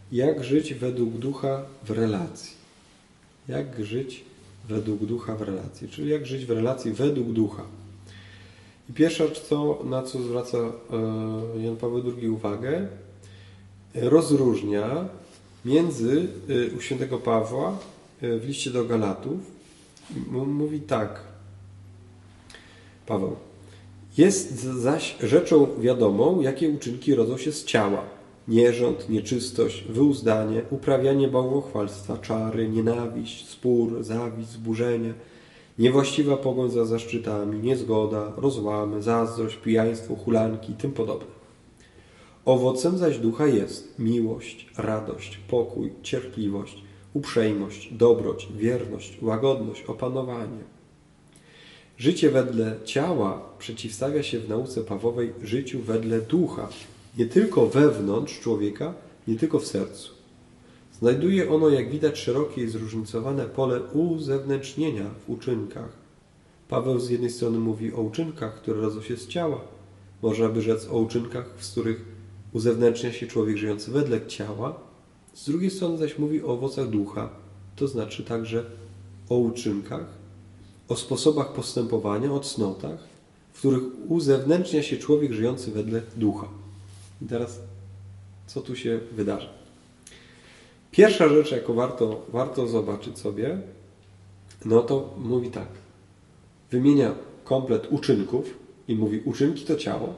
Jak żyć według ducha w relacji? Jak żyć według ducha w relacji? Czyli jak żyć w relacji według ducha? I pierwsza to, na co zwraca Jan Paweł II uwagę, rozróżnia między u świętego Pawła w liście do Galatów. Mówi tak, Paweł: jest zaś rzeczą wiadomą, jakie uczynki rodzą się z ciała. Nierząd, nieczystość, wyuzdanie, uprawianie bałwochwalstwa, czary, nienawiść, spór, zawiść, zburzenie, niewłaściwa pogoń za zaszczytami, niezgoda, rozłamy, zazdrość, pijaństwo, hulanki i tym podobne. Owocem zaś ducha jest miłość, radość, pokój, cierpliwość, uprzejmość, dobroć, wierność, łagodność, opanowanie. Życie wedle ciała przeciwstawia się w nauce Pawłowej życiu wedle ducha, nie tylko wewnątrz człowieka, nie tylko w sercu. Znajduje ono, jak widać, szerokie i zróżnicowane pole uzewnętrznienia w uczynkach. Paweł z jednej strony mówi o uczynkach, które rodzą się z ciała. Można by rzec o uczynkach, z których uzewnętrznia się człowiek żyjący wedle ciała. Z drugiej strony zaś mówi o owocach ducha, to znaczy także o uczynkach, o sposobach postępowania, o cnotach, w których uzewnętrznia się człowiek żyjący wedle ducha. I teraz, co tu się wydarzy? Pierwsza rzecz, jaką warto zobaczyć sobie, no to mówi tak. Wymienia komplet uczynków i mówi: uczynki to ciało,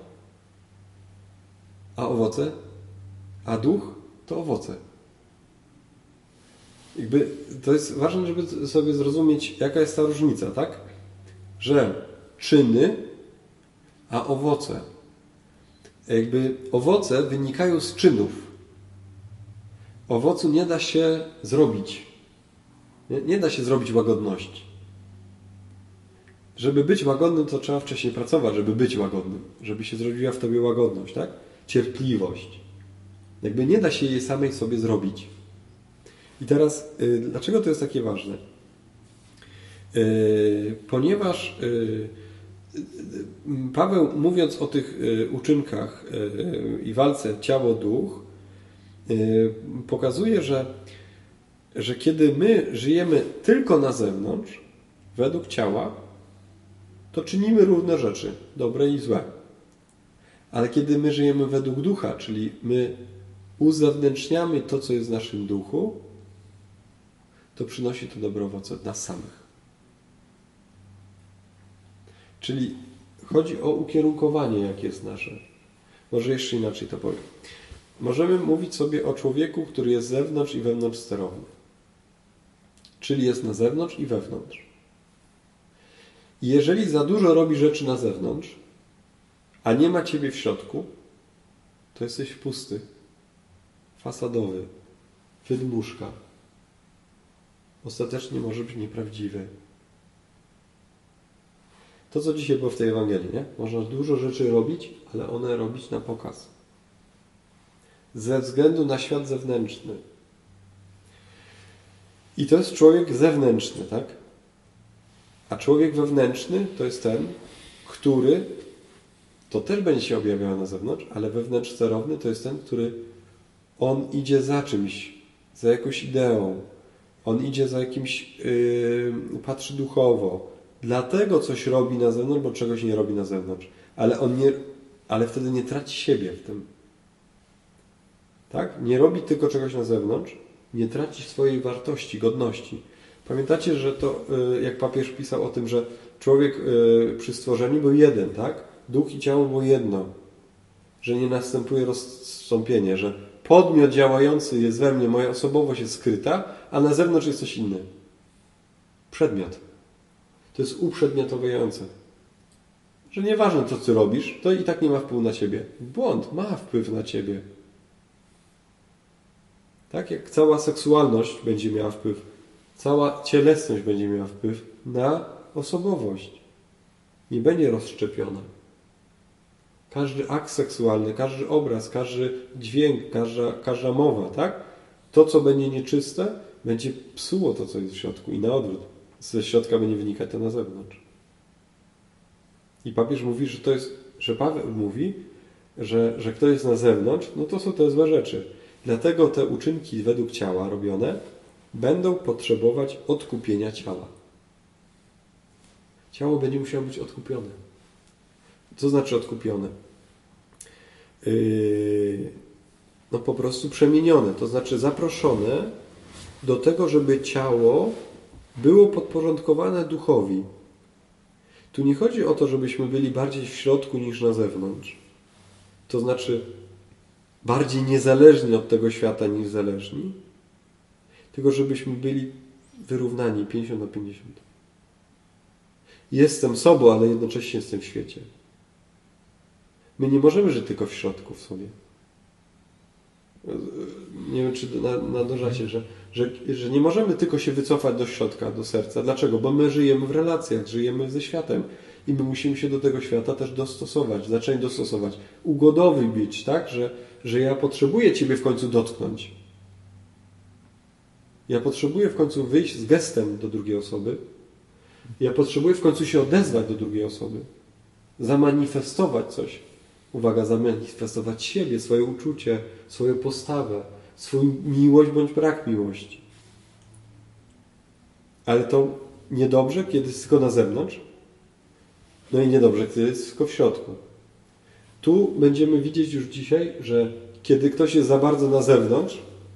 a owoce, a duch to owoce. Jakby to jest ważne, żeby sobie zrozumieć, jaka jest ta różnica, tak? Że czyny, a owoce. Jakby owoce wynikają z czynów. Owocu nie da się zrobić. Nie da się zrobić łagodności. Żeby być łagodnym, to trzeba wcześniej pracować, żeby być łagodnym. Żeby się zrobiła w tobie łagodność, tak? Cierpliwość. Jakby nie da się jej samej sobie zrobić. I teraz, dlaczego to jest takie ważne? Ponieważ Paweł, mówiąc o tych uczynkach i walce ciało-duch, pokazuje, że kiedy my żyjemy tylko na zewnątrz, według ciała, to czynimy różne rzeczy, dobre i złe. Ale kiedy my żyjemy według ducha, czyli my uzewnętrzniamy to, co jest w naszym duchu, to przynosi to dobre owoce dla nas samych. Czyli chodzi o ukierunkowanie, jakie jest nasze. Może jeszcze inaczej to powiem. Możemy mówić sobie o człowieku, który jest zewnątrz i wewnątrz sterowny. Czyli jest na zewnątrz i wewnątrz. I jeżeli za dużo robi rzeczy na zewnątrz, a nie ma ciebie w środku, to jesteś pusty, fasadowy, wydmuszka. Ostatecznie może być nieprawdziwy. To, co dzisiaj było w tej Ewangelii, nie? Można dużo rzeczy robić, ale one robić na pokaz. Ze względu na świat zewnętrzny. I to jest człowiek zewnętrzny, tak? A człowiek wewnętrzny to jest ten, który to też będzie się objawiało na zewnątrz, ale wewnętrz sterowny to jest ten, który on idzie za czymś, za jakąś ideą. On idzie za jakimś, patrzy duchowo. Dlatego coś robi na zewnątrz, bo czegoś nie robi na zewnątrz. Ale wtedy nie traci siebie w tym. Tak? Nie robi tylko czegoś na zewnątrz, nie traci swojej wartości, godności. Pamiętacie, że to, jak papież pisał o tym, że człowiek przy stworzeniu był jeden, tak? Duch i ciało było jedno. Że nie następuje rozstąpienie, że podmiot działający jest we mnie, moja osobowość jest skryta, a na zewnątrz jest coś inne. Przedmiot. To jest uprzedmiotowiające. Że nieważne, co ty robisz, to i tak nie ma wpływu na ciebie. Błąd ma wpływ na ciebie. Tak jak cała seksualność będzie miała wpływ, cała cielesność będzie miała wpływ na osobowość. Nie będzie rozszczepiona. Każdy akt seksualny, każdy obraz, każdy dźwięk, każda mowa, tak? To, co będzie nieczyste, będzie psuło to, co jest w środku i na odwrót. Ze środka będzie wynikać to na zewnątrz. I papież mówi, że Paweł mówi, że kto jest na zewnątrz, no to są te złe rzeczy. Dlatego te uczynki według ciała robione będą potrzebować odkupienia ciała. Ciało będzie musiało być odkupione. Co znaczy odkupione? No po prostu przemienione, to znaczy zaproszone do tego, żeby ciało było podporządkowane duchowi. Tu nie chodzi o to, żebyśmy byli bardziej w środku niż na zewnątrz. To znaczy bardziej niezależni od tego świata niż zależni, tylko żebyśmy byli wyrównani 50/50. Jestem sobą, ale jednocześnie jestem w świecie. My nie możemy żyć tylko w środku w sobie. Nie wiem, czy nadążacie, że nie możemy tylko się wycofać do środka, do serca. Dlaczego? Bo my żyjemy w relacjach, żyjemy ze światem i my musimy się do tego świata też dostosować, zacząć dostosować. Ugodowy być, tak? Że ja potrzebuję Ciebie w końcu dotknąć. Ja potrzebuję w końcu wyjść z gestem do drugiej osoby. Ja potrzebuję w końcu się odezwać do drugiej osoby. Zamanifestować coś. Uwaga, zamanifestować siebie, swoje uczucie, swoją postawę, swoją miłość bądź brak miłości. Ale to niedobrze, kiedy jest tylko na zewnątrz. No i niedobrze, kiedy jest tylko w środku. Tu będziemy widzieć już dzisiaj, że kiedy ktoś jest za bardzo na zewnątrz,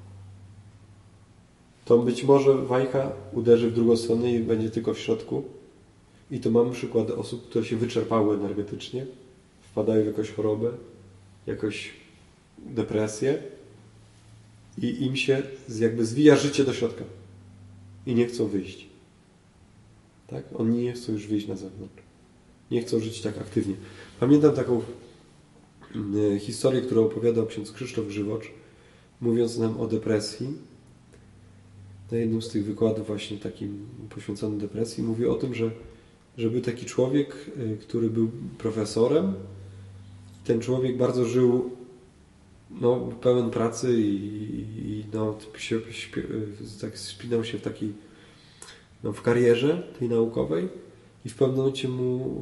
to być może wajcha uderzy w drugą stronę i będzie tylko w środku. I tu mamy przykłady osób, które się wyczerpały energetycznie, wpadają w jakąś chorobę, jakąś depresję i im się jakby zwija życie do środka. I nie chcą wyjść. Tak? Oni nie chcą już wyjść na zewnątrz. Nie chcą żyć tak aktywnie. Pamiętam taką historię, którą opowiadał ksiądz Krzysztof Grzywocz, mówiąc nam o depresji. Na jednym z tych wykładów właśnie takim poświęconym depresji mówi o tym, że był taki człowiek, który był profesorem. Ten człowiek bardzo żył pełen pracy i tak spinał się w karierze tej naukowej i w pewnym momencie mu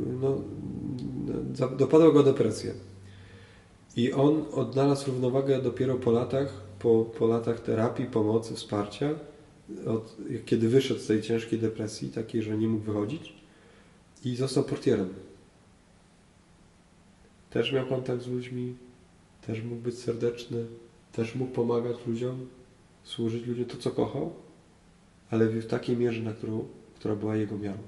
dopadła go depresja. I on odnalazł równowagę dopiero po latach terapii, pomocy, wsparcia, kiedy wyszedł z tej ciężkiej depresji, takiej, że nie mógł wychodzić i został portierem. Też miał kontakt z ludźmi, też mógł być serdeczny, też mógł pomagać ludziom, służyć ludziom to, co kochał, ale w takiej mierze, która była jego miarą.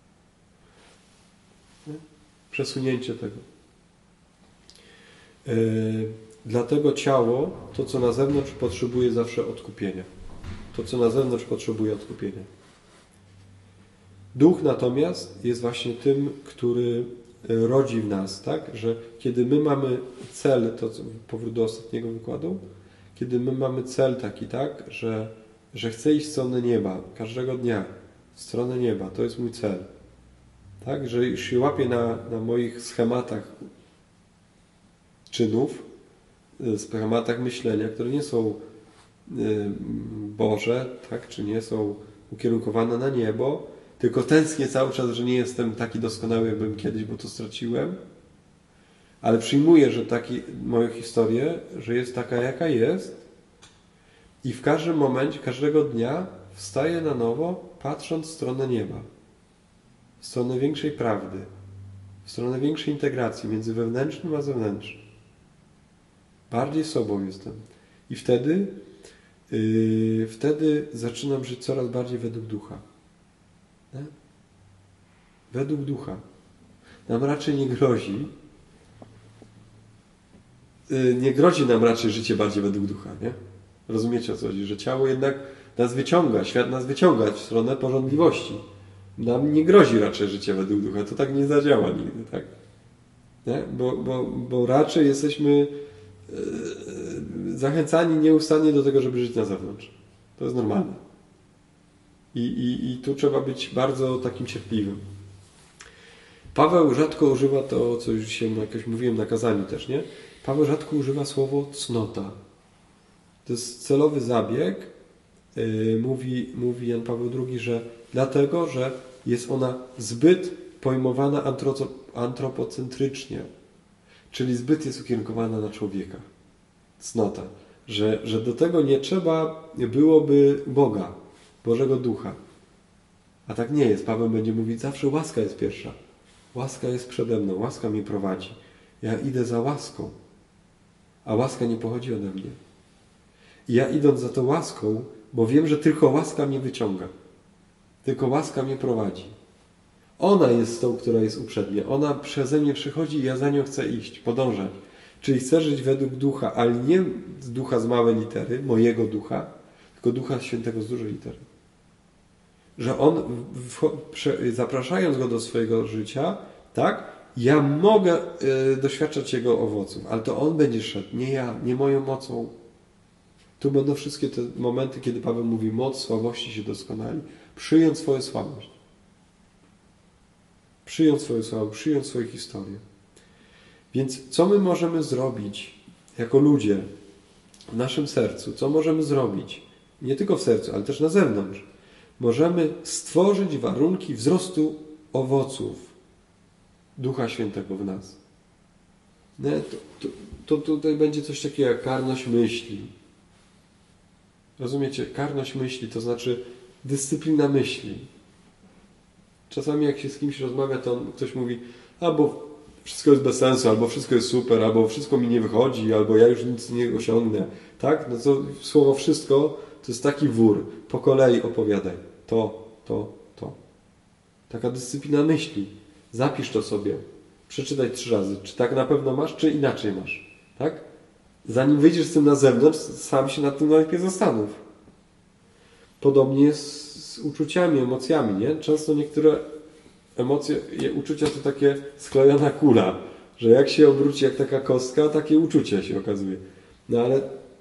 Przesunięcie tego. Dlatego ciało, to co na zewnątrz, potrzebuje zawsze odkupienia. To co na zewnątrz potrzebuje odkupienia. Duch natomiast jest właśnie tym, który rodzi w nas, tak? Że kiedy my mamy cel, powrót do ostatniego wykładu, kiedy my mamy cel taki, tak? Że chcę iść w stronę nieba, każdego dnia, w stronę nieba, to jest mój cel. Tak? Że już się łapię na moich schematach czynów, schematach myślenia, które nie są Boże, tak? Czy nie są ukierunkowane na niebo, tylko tęsknię cały czas, że nie jestem taki doskonały, jak byłem kiedyś, bo to straciłem. Ale przyjmuję, że moją historię, że jest taka, jaka jest i w każdym momencie, każdego dnia wstaję na nowo, patrząc w stronę nieba. W stronę większej prawdy. W stronę większej integracji między wewnętrznym a zewnętrznym. Bardziej sobą jestem. I wtedy zaczynam żyć coraz bardziej według ducha. Nie? Według ducha. Nam raczej nie grozi. Nie grozi nam raczej życie bardziej według ducha. Nie? Rozumiecie, o co chodzi? Że ciało jednak nas wyciąga, świat nas wyciąga w stronę porządliwości. Nam nie grozi raczej życie według ducha. To tak nie zadziała nigdy. Tak? Nie? Bo raczej jesteśmy zachęcani nieustannie do tego, żeby żyć na zewnątrz. To jest normalne. I tu trzeba być bardzo takim cierpliwym. Paweł rzadko używa to, co już dzisiaj jakoś mówiłem na kazaniu też, nie? Paweł rzadko używa słowo cnota. To jest celowy zabieg. Mówi Jan Paweł II, że dlatego, że jest ona zbyt pojmowana antropocentrycznie. Czyli zbyt jest ukierunkowana na człowieka. Cnota. że do tego nie trzeba byłoby Boga, Bożego Ducha. A tak nie jest. Paweł będzie mówić, zawsze łaska jest pierwsza. Łaska jest przede mną, łaska mnie prowadzi. Ja idę za łaską, a łaska nie pochodzi ode mnie. I ja idąc za tą łaską, bo wiem, że tylko łaska mnie wyciąga. Tylko łaska mnie prowadzi. Ona jest tą, która jest uprzednia. Ona przeze mnie przychodzi i ja za nią chcę iść, podążać. Czyli chcę żyć według ducha, ale nie ducha z małej litery, mojego ducha, tylko Ducha Świętego z dużej litery. Że on, zapraszając go do swojego życia, tak, ja mogę doświadczać jego owoców, ale to on będzie szedł, nie ja, nie moją mocą. Tu będą wszystkie te momenty, kiedy Paweł mówi, moc słabości się doskonali. Przyjąć swoją słabość. Przyjąć swoją słabość, przyjąć swoją historię. Więc co my możemy zrobić jako ludzie w naszym sercu? Co możemy zrobić? Nie tylko w sercu, ale też na zewnątrz. Możemy stworzyć warunki wzrostu owoców Ducha Świętego w nas. To tutaj będzie coś takiego jak karność myśli. Rozumiecie? Karność myśli to znaczy dyscyplina myśli. Czasami jak się z kimś rozmawia, to ktoś mówi, albo wszystko jest bez sensu, albo wszystko jest super, albo wszystko mi nie wychodzi, albo ja już nic nie osiągnę. Tak? No to słowo wszystko to jest taki wór. Po kolei opowiadaj. To. Taka dyscyplina myśli. Zapisz to sobie. Przeczytaj 3 razy. Czy tak na pewno masz, czy inaczej masz. Tak? Zanim wyjdziesz z tym na zewnątrz, sam się nad tym najpierw zastanów. Podobnie jest z uczuciami, emocjami, nie? Często niektóre emocje, uczucia to takie sklejona kula, że jak się obróci jak taka kostka, takie uczucie się okazuje. No ale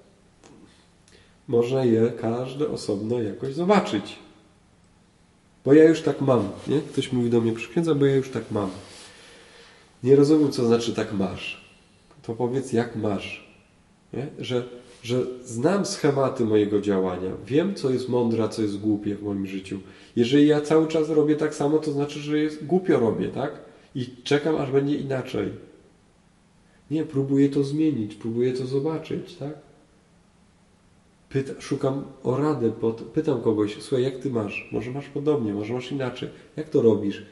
można je każde osobno jakoś zobaczyć. Bo ja już tak mam, nie? Ktoś mówi do mnie, przykręca, bo ja już tak mam. Nie rozumiem, co znaczy tak masz. To powiedz, jak masz. Nie? Że znam schematy mojego działania. Wiem, co jest mądre, a co jest głupie w moim życiu. Jeżeli ja cały czas robię tak samo, to znaczy, że głupio robię, tak? I czekam, aż będzie inaczej. Nie, próbuję to zmienić, próbuję to zobaczyć, tak? Szukam o radę, pytam kogoś, słuchaj, jak ty masz? Może masz podobnie, może masz inaczej. Jak to robisz?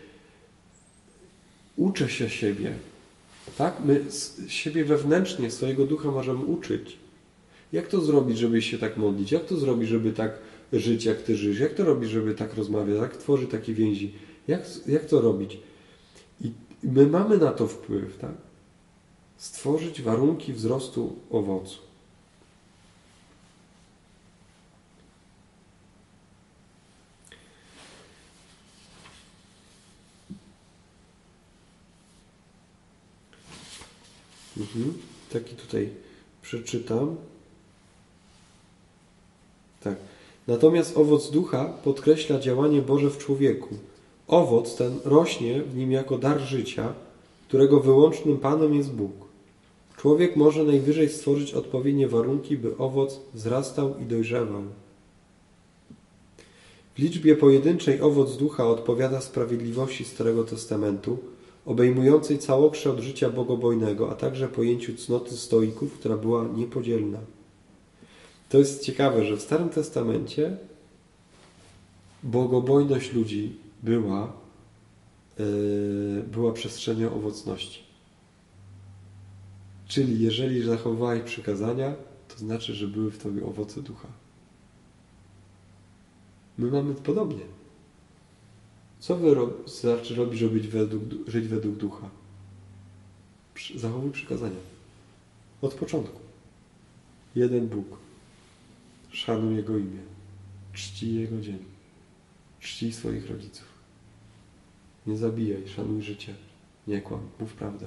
Uczę się siebie. Tak? My siebie wewnętrznie, swojego ducha możemy uczyć. Jak to zrobić, żeby się tak modlić? Jak to zrobić, żeby tak żyć, jak ty żyjesz? Jak to robić, żeby tak rozmawiać? Jak tworzyć takie więzi? Jak to robić? I my mamy na to wpływ, tak? Stworzyć warunki wzrostu owocu. Taki tutaj przeczytam. Tak. Natomiast owoc ducha podkreśla działanie Boże w człowieku. Owoc ten rośnie w nim jako dar życia, którego wyłącznym Panem jest Bóg. Człowiek może najwyżej stworzyć odpowiednie warunki, by owoc wzrastał i dojrzewał. W liczbie pojedynczej owoc ducha odpowiada sprawiedliwości Starego Testamentu, obejmującej całokształt życia bogobojnego, a także pojęciu cnoty stoików, która była niepodzielna. To jest ciekawe, że w Starym Testamencie bogobojność ludzi była przestrzenią owocności. Czyli jeżeli zachowywałeś przykazania, to znaczy, że były w tobie owoce ducha. My mamy podobnie. Co znaczy robić, żeby żyć według ducha? Zachowuj przykazania. Od początku. Jeden Bóg. Szanuj Jego imię. Czcij Jego dzień. Czcij swoich rodziców. Nie zabijaj, szanuj życie. Nie kłam, mów prawdę.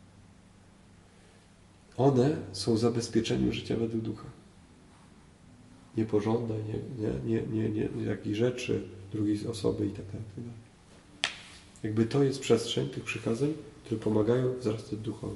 One są zabezpieczeniem życia według ducha. Nie pożądaj, nie jakichś rzeczy drugiej osoby i tak dalej. Jakby to jest przestrzeń tych przykazań, które pomagają wzrastać duchowo.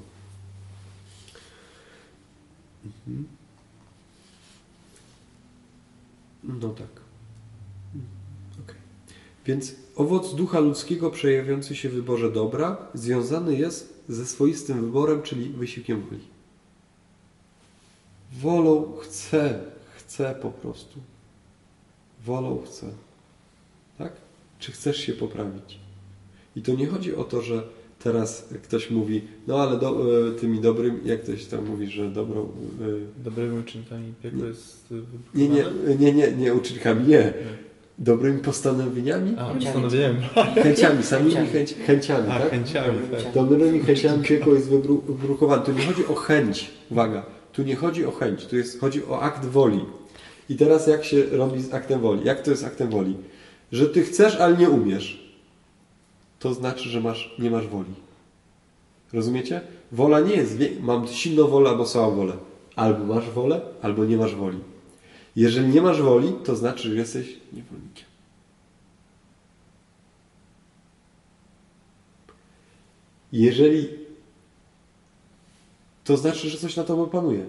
No tak. Okay. Więc owoc ducha ludzkiego przejawiający się w wyborze dobra związany jest ze swoistym wyborem, czyli wysiłkiem woli. Wolą chcę po prostu. Wolą chcę. Tak? Czy chcesz się poprawić? I to nie chodzi o to, że teraz ktoś mówi, no ale tymi dobrym, jak ktoś tam mówi, że dobrymi uczynkami piekło jest nie, uczynkami nie. Dobrymi postanowieniami? Postanowieniami. Chęciami, samymi chęciami, tak? Chęciami, tak. Dobrymi chęciami piekło jest wybrukowane. Tu nie chodzi o chęć, uwaga, tu nie chodzi o chęć, chodzi o akt woli. I teraz jak się robi z aktem woli? Jak to jest aktem woli? Że ty chcesz, ale nie umiesz. To znaczy, że nie masz woli. Rozumiecie? Wola nie jest, mam silną wolę albo słabą wolę. Albo masz wolę, albo nie masz woli. Jeżeli nie masz woli, to znaczy, że jesteś niewolnikiem. Jeżeli to znaczy, że coś na tobą panuje.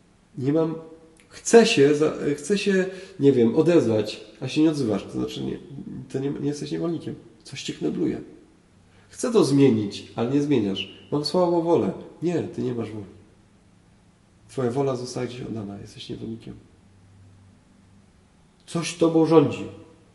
Chcę się, nie wiem, odezwać, a się nie odzywasz. To znaczy, nie jesteś niewolnikiem. Coś cię knebluje. Chcę to zmienić, ale nie zmieniasz. Mam słabą wolę. Nie, ty nie masz woli. Twoja wola zostaje ci oddana. Jesteś niewolnikiem. Coś tobą rządzi.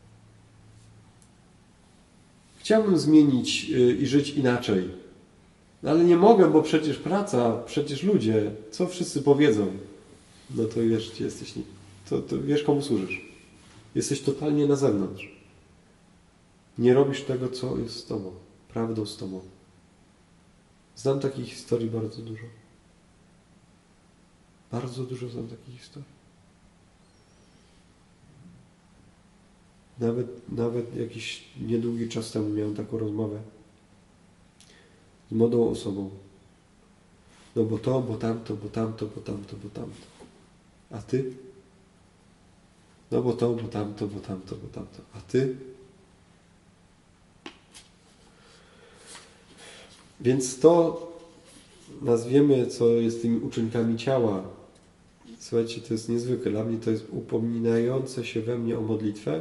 Chciałbym zmienić i żyć inaczej. No ale nie mogę, bo przecież praca, przecież ludzie, co wszyscy powiedzą. No to wiesz, gdzie jesteś. To wiesz, komu służysz. Jesteś totalnie na zewnątrz. Nie robisz tego, co jest z tobą. Prawdą z tobą. Znam takich historii bardzo dużo. Bardzo dużo znam takich historii. Nawet jakiś niedługi czas temu miałem taką rozmowę z młodą osobą. No bo to, bo tamto, bo tamto, bo tamto, bo tamto. A ty? No bo to, bo tamto, bo tamto, bo tamto. A ty? Więc to nazwiemy, co jest tymi uczynkami ciała. Słuchajcie, to jest niezwykłe. Dla mnie to jest upominające się we mnie o modlitwę.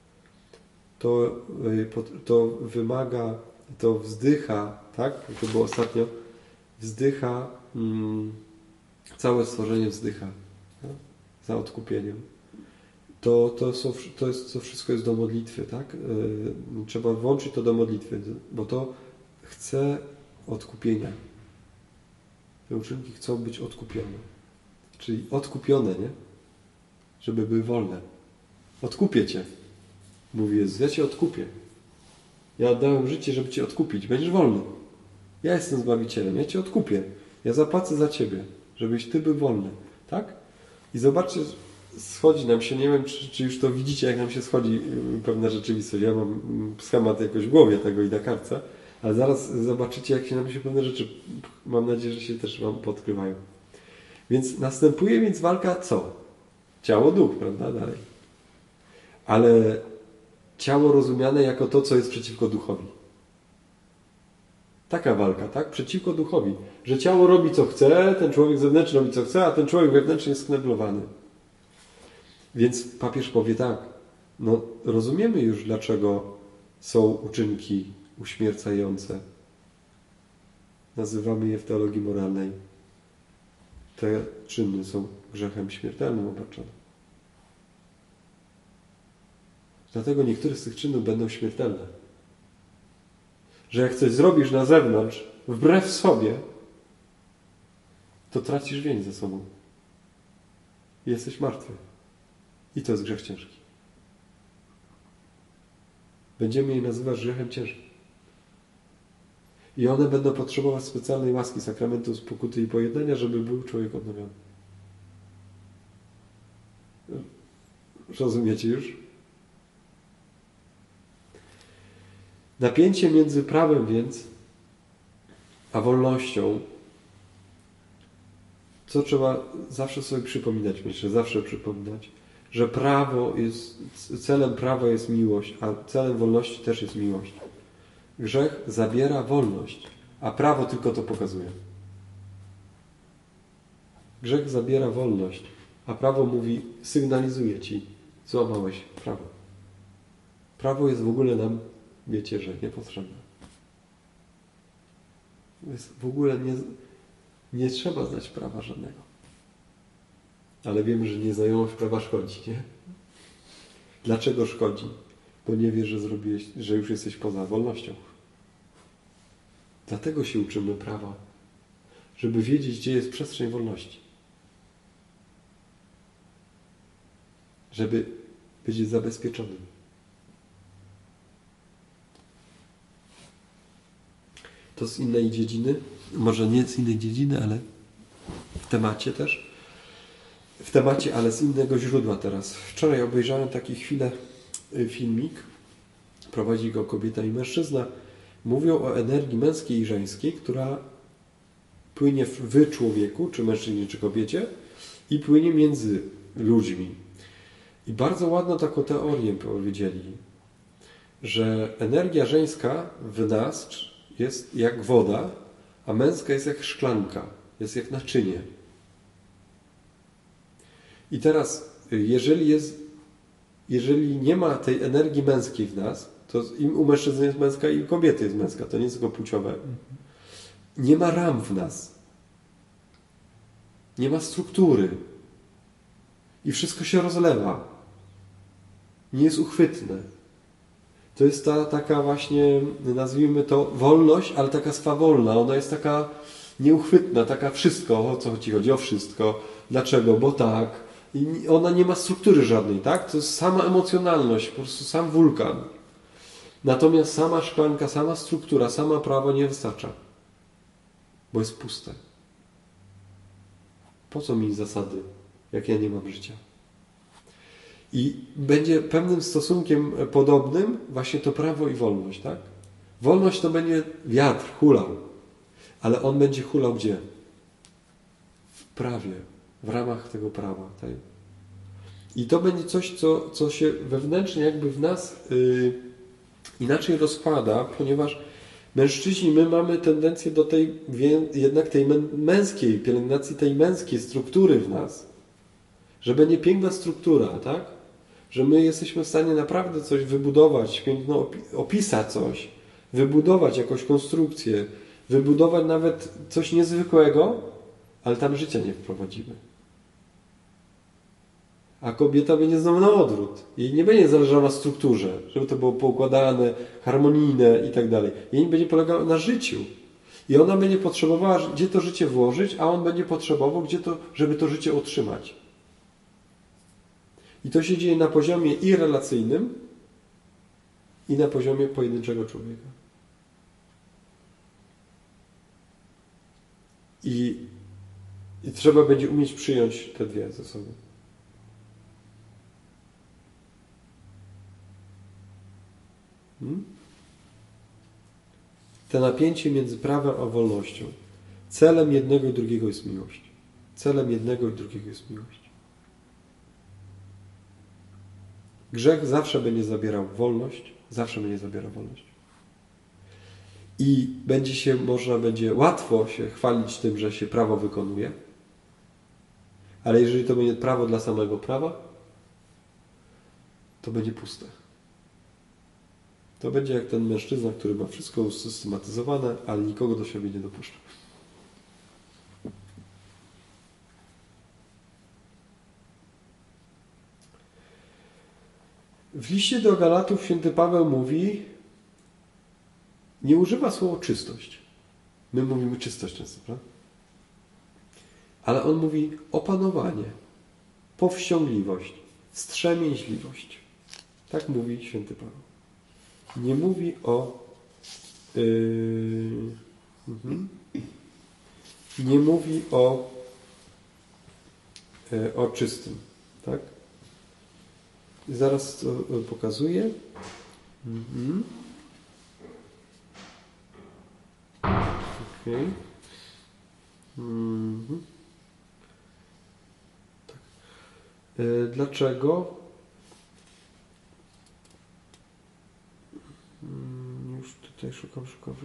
To wymaga, to wzdycha, tak? To było ostatnio. Wzdycha, całe stworzenie wzdycha, tak? Za odkupieniem. To wszystko jest do modlitwy, tak? Trzeba włączyć to do modlitwy, bo to chce odkupienia. Te uczynki chcą być odkupione. Czyli odkupione, nie? Żeby były wolne. Odkupię Cię. Mówi Jezus, ja Cię odkupię. Ja oddałem życie, żeby Cię odkupić. Będziesz wolny. Ja jestem Zbawicielem. Ja Cię odkupię. Ja zapłacę za Ciebie, żebyś Ty był wolny. Tak? I zobaczcie, schodzi nam się, nie wiem, czy już to widzicie, jak nam się schodzi pewna rzeczywistość. Ja mam schemat jakoś w głowie tego i na kartce, ale zaraz zobaczycie, jak się nam się pewne rzeczy, mam nadzieję, że się też Wam podkrywają. Więc następuje walka co? Ciało, duch, prawda? Dalej. Ale ciało rozumiane jako to, co jest przeciwko duchowi. Taka walka, tak? Przeciwko duchowi. Że ciało robi co chce, ten człowiek zewnętrzny robi co chce, a ten człowiek wewnętrzny jest skneblowany. Więc papież powie tak, no rozumiemy już, dlaczego są uczynki uśmiercające. Nazywamy je w teologii moralnej. Te czyny są grzechem śmiertelnym obarczone. Dlatego niektóre z tych czynów będą śmiertelne. Że jak coś zrobisz na zewnątrz, wbrew sobie, to tracisz więź ze sobą. I jesteś martwy. I to jest grzech ciężki. Będziemy je nazywać grzechem ciężkim. I one będą potrzebować specjalnej łaski, sakramentu pokuty i pojednania, żeby był człowiek odnowiony. Rozumiecie już? Napięcie między prawem więc a wolnością, co trzeba zawsze sobie przypominać, myślę, zawsze przypominać, że celem prawa jest miłość, a celem wolności też jest miłość. Grzech zabiera wolność, a prawo tylko to pokazuje. Grzech zabiera wolność, a prawo mówi, sygnalizuje ci, złamałeś prawo. Prawo jest w ogóle nam, wiecie, że niepotrzebne. Jest w ogóle nie trzeba znać prawa żadnego. Ale wiemy, że nieznajomość prawa szkodzi, nie? Dlaczego szkodzi? Bo nie wiesz, że już jesteś poza wolnością. Dlatego się uczymy prawa. Żeby wiedzieć, gdzie jest przestrzeń wolności. Żeby być zabezpieczonym. To z innej dziedziny, może nie z innej dziedziny, ale w temacie też. W temacie, ale z innego źródła teraz. Wczoraj obejrzałem taki chwilę filmik. Prowadzi go kobieta i mężczyzna. Mówią o energii męskiej i żeńskiej, która płynie w człowieku, czy mężczyźnie, czy kobiecie i płynie między ludźmi. I bardzo ładną taką teorię powiedzieli, że energia żeńska w nas jest jak woda, a męska jest jak szklanka, jest jak naczynie. I teraz, jeżeli nie ma tej energii męskiej w nas, to u mężczyzny jest męska i u kobiety jest męska, to nie jest tylko płciowe. Nie ma ram w nas. Nie ma struktury. I wszystko się rozlewa. Nie jest uchwytne. To jest ta taka właśnie, nazwijmy to, wolność, ale taka swawolna. Ona jest taka nieuchwytna, taka wszystko, o co ci chodzi, o wszystko. Dlaczego? Bo tak. I ona nie ma struktury żadnej, tak? To jest sama emocjonalność, po prostu sam wulkan. Natomiast sama szklanka, sama struktura, sama prawo nie wystarcza. Bo jest puste. Po co mi zasady, jak ja nie mam życia? I będzie pewnym stosunkiem podobnym właśnie to prawo i wolność, tak? Wolność to będzie wiatr, hulał. Ale on będzie hulał gdzie? W prawie, w ramach tego prawa. Tak? I to będzie coś, co się wewnętrznie jakby w nas inaczej rozkłada, ponieważ mężczyźni, my mamy tendencję do jednak tej męskiej, pielęgnacji tej męskiej struktury w nas. Że będzie piękna struktura, tak? Że my jesteśmy w stanie naprawdę coś wybudować, piękno opisać coś, wybudować jakąś konstrukcję, wybudować nawet coś niezwykłego, ale tam życia nie wprowadzimy. A kobieta będzie znowu na odwrót. Jej nie będzie zależało na strukturze, żeby to było poukładane, harmonijne i tak dalej. Jej będzie polegało na życiu. I ona będzie potrzebowała, gdzie to życie włożyć, a on będzie potrzebował, żeby to życie otrzymać. I to się dzieje na poziomie i relacyjnym, i na poziomie pojedynczego człowieka. I trzeba będzie umieć przyjąć te dwie ze sobą. To napięcie między prawem a wolnością. Celem jednego i drugiego jest miłość. Celem jednego i drugiego jest miłość. Grzech zawsze będzie zabierał wolność, zawsze będzie zabierał wolność. I będzie łatwo się chwalić tym, że się prawo wykonuje, ale jeżeli to będzie prawo dla samego prawa, to będzie puste. To będzie jak ten mężczyzna, który ma wszystko usystematyzowane, ale nikogo do siebie nie dopuszcza. W liście do Galatów święty Paweł mówi, nie używa słowa czystość. My mówimy czystość często, prawda? Ale on mówi opanowanie, powściągliwość, wstrzemięźliwość. Tak mówi święty Paweł. Nie mówi nie mówi o czystym, tak? I zaraz to pokazuję. Okay. Tak. Dlaczego? Już tutaj szukam.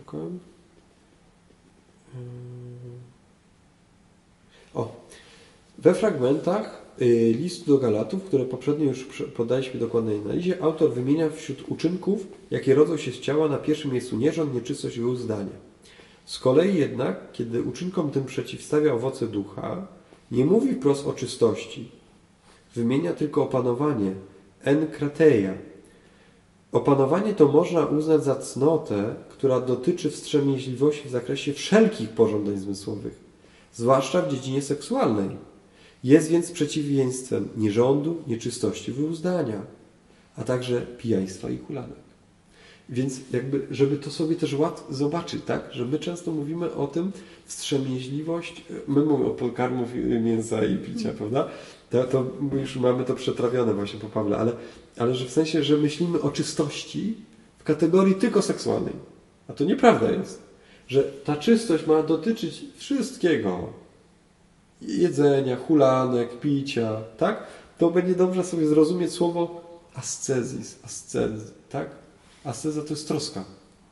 We fragmentach listu do Galatów, które poprzednio już poddaliśmy dokładnej analizie, autor wymienia wśród uczynków, jakie rodzą się z ciała, na pierwszym miejscu nierząd, nieczystość i wyuzdanie. Z kolei jednak, kiedy uczynkom tym przeciwstawia owoce ducha, Nie mówi wprost o czystości. Wymienia tylko opanowanie, enkrateia. Opanowanie to można uznać za cnotę, która dotyczy wstrzemięźliwości w zakresie wszelkich pożądań zmysłowych, zwłaszcza w dziedzinie seksualnej. Jest więc przeciwieństwem nierządu, nieczystości, wyuzdania, a także pijaństwa i hulanek. Więc jakby, żeby to sobie też zobaczyć, tak? Że my często mówimy o tym wstrzemięźliwość, my mówimy o pokarmów mięsa i picia, prawda? To już mamy to przetrawione właśnie po Pawle, ale że w sensie, że myślimy o czystości w kategorii tylko seksualnej. A to nieprawda jest, że ta czystość ma dotyczyć wszystkiego. Jedzenia, hulanek, picia, tak? To będzie dobrze sobie zrozumieć słowo ascezis, ascezy, tak? Asceza to jest troska.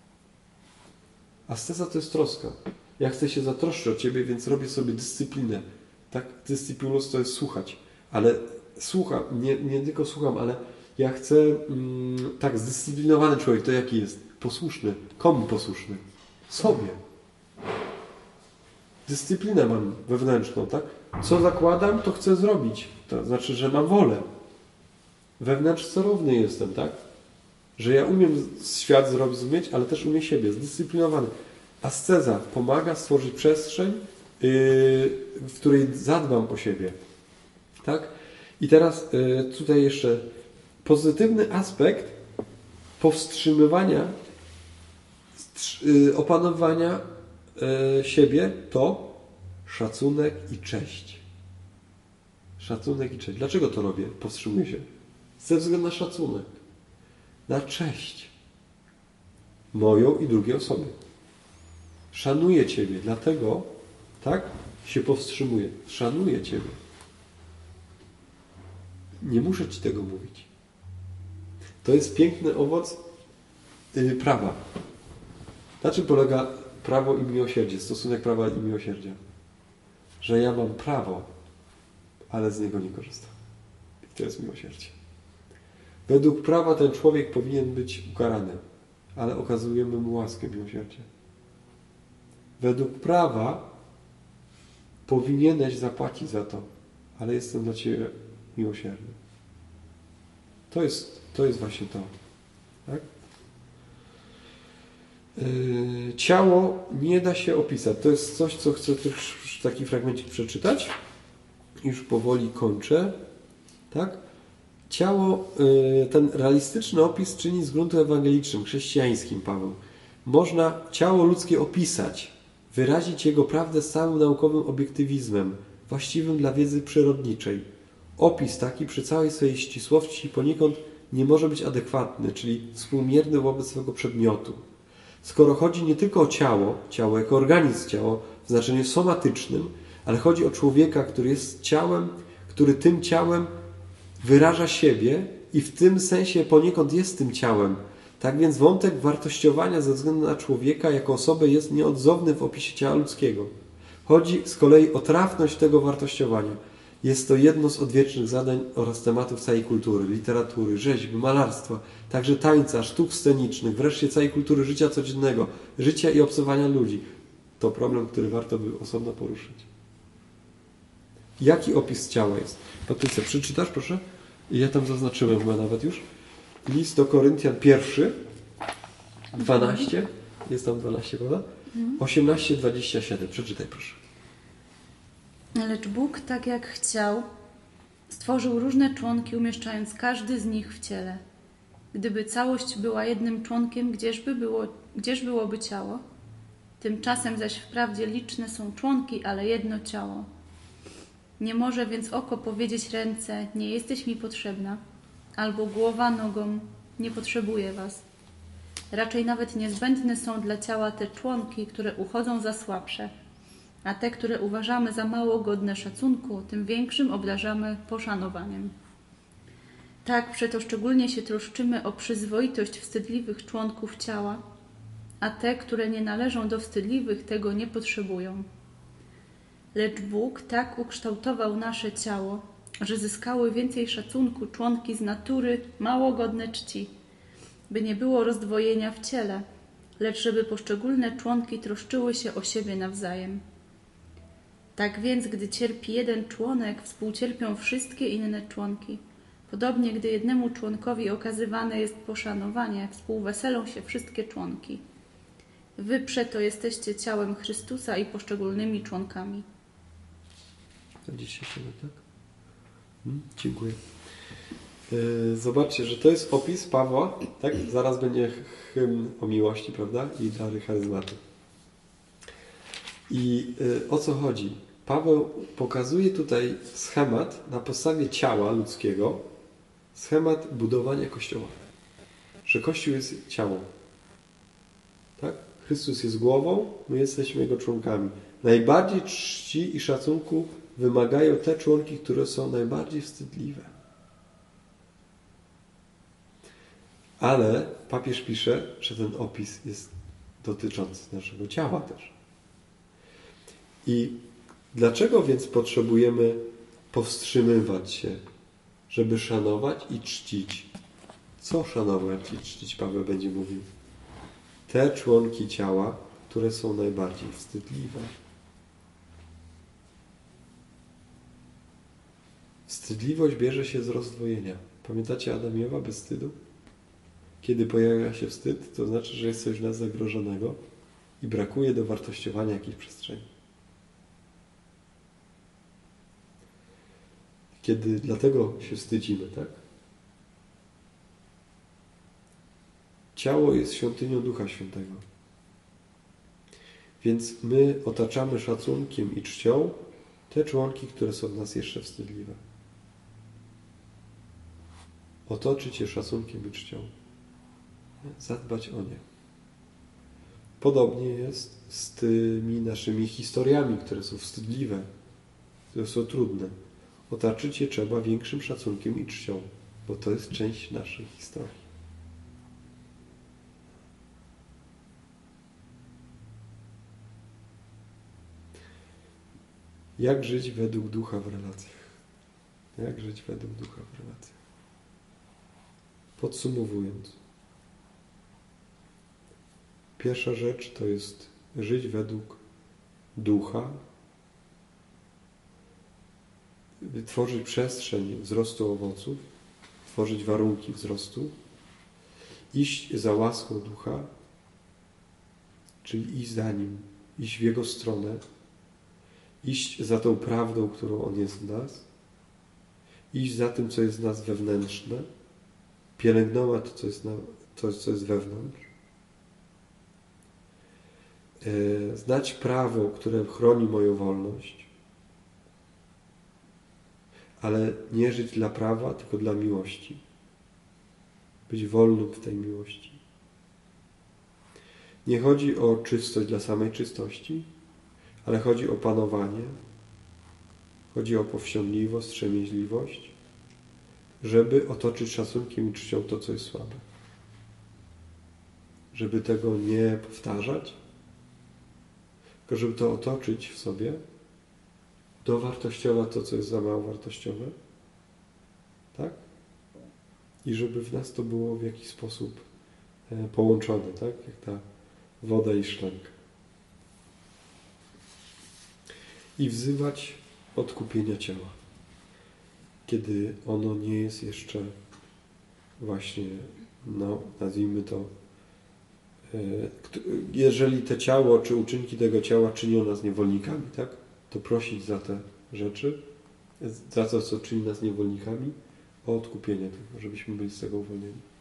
Asceza to jest troska. Ja chcę się zatroszczyć o Ciebie, więc robię sobie dyscyplinę. Tak? Dyscyplinus to jest słuchać. Ale słucham, nie tylko słucham, ale ja chcę, tak, zdyscyplinowany człowiek, to jaki jest? Posłuszny. Komu posłuszny? Sobie. Dyscyplinę mam wewnętrzną, tak? Co zakładam, to chcę zrobić. To znaczy, że mam wolę. Wewnętrznie sterowny jestem, tak? Że ja umiem świat zrozumieć, ale też umiem siebie. Zdyscyplinowany. Asceza pomaga stworzyć przestrzeń, w której zadbam o siebie. Tak? I teraz tutaj jeszcze pozytywny aspekt powstrzymywania, opanowania siebie to szacunek i cześć. Szacunek i cześć. Dlaczego to robię? Powstrzymuję się. Ze względu na szacunek. Na cześć. Moją i drugiej osoby. Szanuję Ciebie, dlatego tak się powstrzymuję. Szanuję Ciebie. Nie muszę Ci tego mówić. To jest piękny owoc prawa. Na czym polega prawo i miłosierdzie? Stosunek prawa i miłosierdzia. Że ja mam prawo, ale z niego nie korzystam. I to jest miłosierdzie. Według prawa ten człowiek powinien być ukarany, ale okazujemy mu łaskę, miłosierdzie. Według prawa powinieneś zapłacić za to, ale jestem dla Ciebie miłosierny. To jest właśnie to. Tak? Ciało nie da się opisać. To jest coś, co chcę też taki fragmencik przeczytać. Już powoli kończę. Tak? Ciało, ten realistyczny opis czyni z gruntu ewangelicznym, chrześcijańskim, Paweł. Można ciało ludzkie opisać, wyrazić jego prawdę z całym naukowym obiektywizmem, właściwym dla wiedzy przyrodniczej. Opis taki przy całej swojej ścisłości poniekąd nie może być adekwatny, czyli współmierny wobec swego przedmiotu. Skoro chodzi nie tylko o ciało jako organizm, ciało w znaczeniu somatycznym, ale chodzi o człowieka, który jest ciałem, który tym ciałem wyraża siebie i w tym sensie poniekąd jest tym ciałem. Tak więc wątek wartościowania ze względu na człowieka jako osobę jest nieodzowny w opisie ciała ludzkiego. Chodzi z kolei o trafność tego wartościowania. Jest to jedno z odwiecznych zadań oraz tematów całej kultury, literatury, rzeźby, malarstwa, także tańca, sztuk scenicznych, wreszcie całej kultury życia codziennego, życia i obcowania ludzi. To problem, który warto by osobno poruszyć. Jaki opis ciała jest? Patrycja, przeczytasz proszę? Ja tam zaznaczyłem chyba nawet już. List do Koryntian 1, 12. Jest tam 12, prawda? 18, 27. Przeczytaj proszę. Lecz Bóg, tak jak chciał, stworzył różne członki, umieszczając każdy z nich w ciele. Gdyby całość była jednym członkiem, gdzież byłoby ciało? Tymczasem zaś wprawdzie liczne są członki, ale jedno ciało. Nie może więc oko powiedzieć ręce, nie jesteś mi potrzebna, albo głowa nogom, nie potrzebuję was. Raczej nawet niezbędne są dla ciała te członki, które uchodzą za słabsze, a te, które uważamy za mało godne szacunku, tym większym obdarzamy poszanowaniem. Tak przeto szczególnie się troszczymy o przyzwoitość wstydliwych członków ciała, a te, które nie należą do wstydliwych, tego nie potrzebują. Lecz Bóg tak ukształtował nasze ciało, że zyskały więcej szacunku członki z natury mało godne czci, by nie było rozdwojenia w ciele, lecz żeby poszczególne członki troszczyły się o siebie nawzajem. Tak więc, gdy cierpi jeden członek, współcierpią wszystkie inne członki. Podobnie, gdy jednemu członkowi okazywane jest poszanowanie, współweselą się wszystkie członki. Wy przeto jesteście ciałem Chrystusa i poszczególnymi członkami. Zgodzicie się na tak? Dziękuję. Zobaczcie, że to jest opis Pawła, tak? Zaraz będzie hymn o miłości, prawda? I dary charyzmatu. I o co chodzi? Paweł pokazuje tutaj schemat na podstawie ciała ludzkiego, schemat budowania Kościoła. Że Kościół jest ciało. Tak? Chrystus jest głową, my jesteśmy Jego członkami. Najbardziej czci i szacunku wymagają te członki, które są najbardziej wstydliwe. Ale papież pisze, że ten opis jest dotyczący naszego ciała też. I dlaczego więc potrzebujemy powstrzymywać się, żeby szanować i czcić? Co szanować i czcić, Paweł będzie mówił? Te członki ciała, które są najbardziej wstydliwe. Wstydliwość bierze się z rozdwojenia. Pamiętacie Adam i Ewa bez wstydu? Kiedy pojawia się wstyd, to znaczy, że jest coś w nas zagrożonego i brakuje dowartościowania jakiejś przestrzeni. Kiedy dlatego się wstydzimy, tak? Ciało jest świątynią Ducha Świętego. Więc my otaczamy szacunkiem i czcią te członki, które są w nas jeszcze wstydliwe. Otoczyć je szacunkiem i czcią. Zadbać o nie. Podobnie jest z tymi naszymi historiami, które są wstydliwe, które są trudne. Otaczyć je trzeba większym szacunkiem i czcią, bo to jest część naszej historii. Jak żyć według Ducha w relacjach? Jak żyć według Ducha w relacjach? Podsumowując. Pierwsza rzecz to jest żyć według Ducha, tworzyć przestrzeń wzrostu owoców, tworzyć warunki wzrostu, iść za łaską Ducha, czyli iść za Nim, iść w Jego stronę, iść za tą prawdą, którą On jest w nas, iść za tym, co jest w nas wewnętrzne, pielęgnować to, co jest wewnątrz, znać prawo, które chroni moją wolność, ale nie żyć dla prawa, tylko dla miłości. Być wolnym w tej miłości. Nie chodzi o czystość dla samej czystości, ale chodzi o panowanie, chodzi o powściągliwość, wstrzemięźliwość, żeby otoczyć szacunkiem i czcią to, co jest słabe. Żeby tego nie powtarzać, tylko żeby to otoczyć w sobie, dowartościować to, co jest za mało wartościowe, tak? I żeby w nas to było w jakiś sposób połączone, tak? Jak ta woda i szklanka. I wzywać odkupienia ciała, kiedy ono nie jest jeszcze właśnie, nazwijmy to, jeżeli to ciało, czy uczynki tego ciała czynią nas niewolnikami, tak? To prosić za te rzeczy, za to, co czyni nas niewolnikami, o odkupienie tego, żebyśmy byli z tego uwolnieni.